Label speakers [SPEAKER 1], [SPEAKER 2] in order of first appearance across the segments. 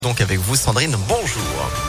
[SPEAKER 1] Donc avec vous Sandrine, bonjour.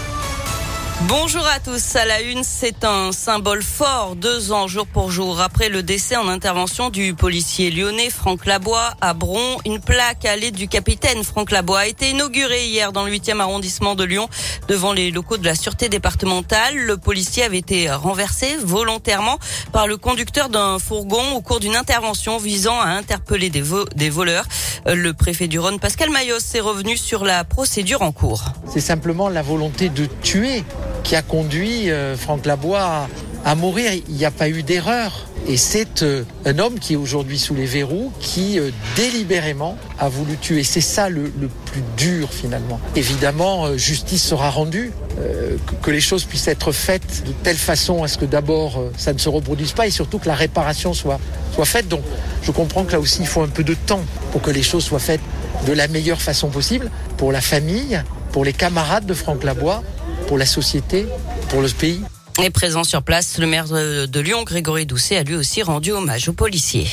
[SPEAKER 2] Bonjour à tous. À la une, c'est un symbole fort. 2 ans jour pour jour après le décès en intervention du policier lyonnais Franck Laboie à Bron, une plaque à l'aide du capitaine Franck Laboie a été inaugurée hier dans le 8e arrondissement de Lyon devant les locaux de la sûreté départementale. Le policier avait été renversé volontairement par le conducteur d'un fourgon au cours d'une intervention visant à interpeller des voleurs. Le préfet du Rhône, Pascal Mayos, est revenu sur la procédure en cours.
[SPEAKER 3] C'est simplement la volonté de tuer qui a conduit Franck Laboie à mourir. Il n'y a pas eu d'erreur. Et c'est un homme qui est aujourd'hui sous les verrous, qui délibérément a voulu tuer. C'est ça le plus dur finalement. Évidemment, justice sera rendue, que les choses puissent être faites de telle façon à ce que d'abord ça ne se reproduise pas et surtout que la réparation soit faite. Donc je comprends que là aussi il faut un peu de temps pour que les choses soient faites de la meilleure façon possible pour la famille, pour les camarades de Franck Laboie, pour la société, pour le pays.
[SPEAKER 2] Et présent sur place, le maire de Lyon, Grégory Doucet, a lui aussi rendu hommage aux policiers.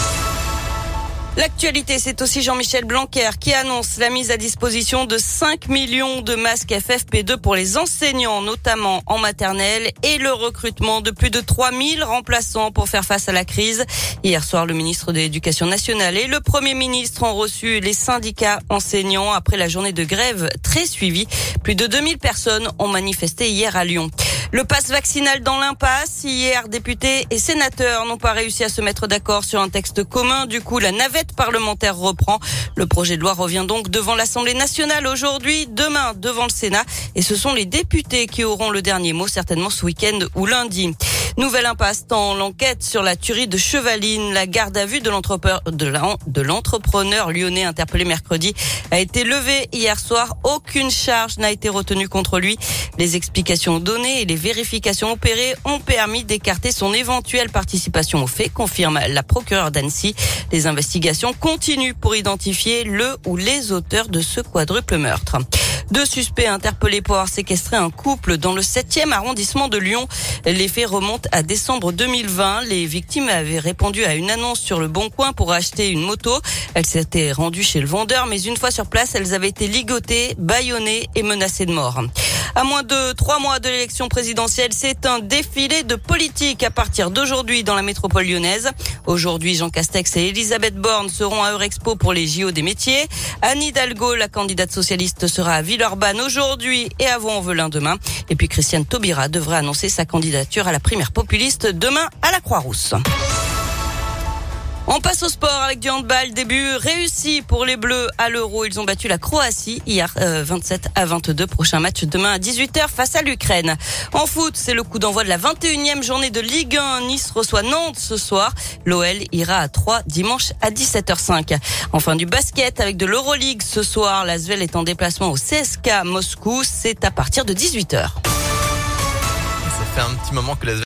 [SPEAKER 2] L'actualité, c'est aussi Jean-Michel Blanquer qui annonce la mise à disposition de 5 millions de masques FFP2 pour les enseignants, notamment en maternelle, et le recrutement de plus de 3000 remplaçants pour faire face à la crise. Hier soir, le ministre de l'Éducation nationale et le Premier ministre ont reçu les syndicats enseignants après la journée de grève très suivie. Plus de 2000 personnes ont manifesté hier à Lyon. Le pass vaccinal dans l'impasse. Hier, députés et sénateurs n'ont pas réussi à se mettre d'accord sur un texte commun. Du coup, la navette parlementaire reprend. Le projet de loi revient donc devant l'Assemblée nationale aujourd'hui, demain devant le Sénat. Et ce sont les députés qui auront le dernier mot, certainement ce week-end ou lundi. Nouvelle impasse dans l'enquête sur la tuerie de Chevaline. La garde à vue de l'entrepreneur lyonnais interpellé mercredi a été levée hier soir. Aucune charge n'a été retenue contre lui. Les explications données et les vérifications opérées ont permis d'écarter son éventuelle participation aux faits, confirme la procureure d'Annecy. Les investigations continuent pour identifier le ou les auteurs de ce quadruple meurtre. 2 suspects interpellés pour avoir séquestré un couple dans le 7e arrondissement de Lyon. Les faits remontent à décembre 2020. Les victimes avaient répondu à une annonce sur le Bon Coin pour acheter une moto. Elles s'étaient rendues chez le vendeur, mais une fois sur place, elles avaient été ligotées, bâillonnées et menacées de mort. À moins de 3 mois de l'élection présidentielle, c'est un défilé de politique à partir d'aujourd'hui dans la métropole lyonnaise. Aujourd'hui, Jean Castex et Elisabeth Borne seront à Eurexpo pour les JO des métiers. Anne Hidalgo, la candidate socialiste, sera à Villeurbanne aujourd'hui et à Vaux-en-Velin demain. Et puis Christiane Taubira devrait annoncer sa candidature à la primaire populiste demain à la Croix-Rousse. On passe au sport avec du handball. Début réussi pour les Bleus à l'Euro. Ils ont battu la Croatie hier 27-22. Prochain match demain à 18h face à l'Ukraine. En foot, c'est le coup d'envoi de la 21e journée de Ligue 1. Nice reçoit Nantes ce soir. L'OL ira à 3 dimanche à 17h05. Enfin du basket avec de l'Euroleague ce soir. L'Asvel est en déplacement au CSKA Moscou. C'est à partir de 18h.
[SPEAKER 1] Ça fait un petit moment que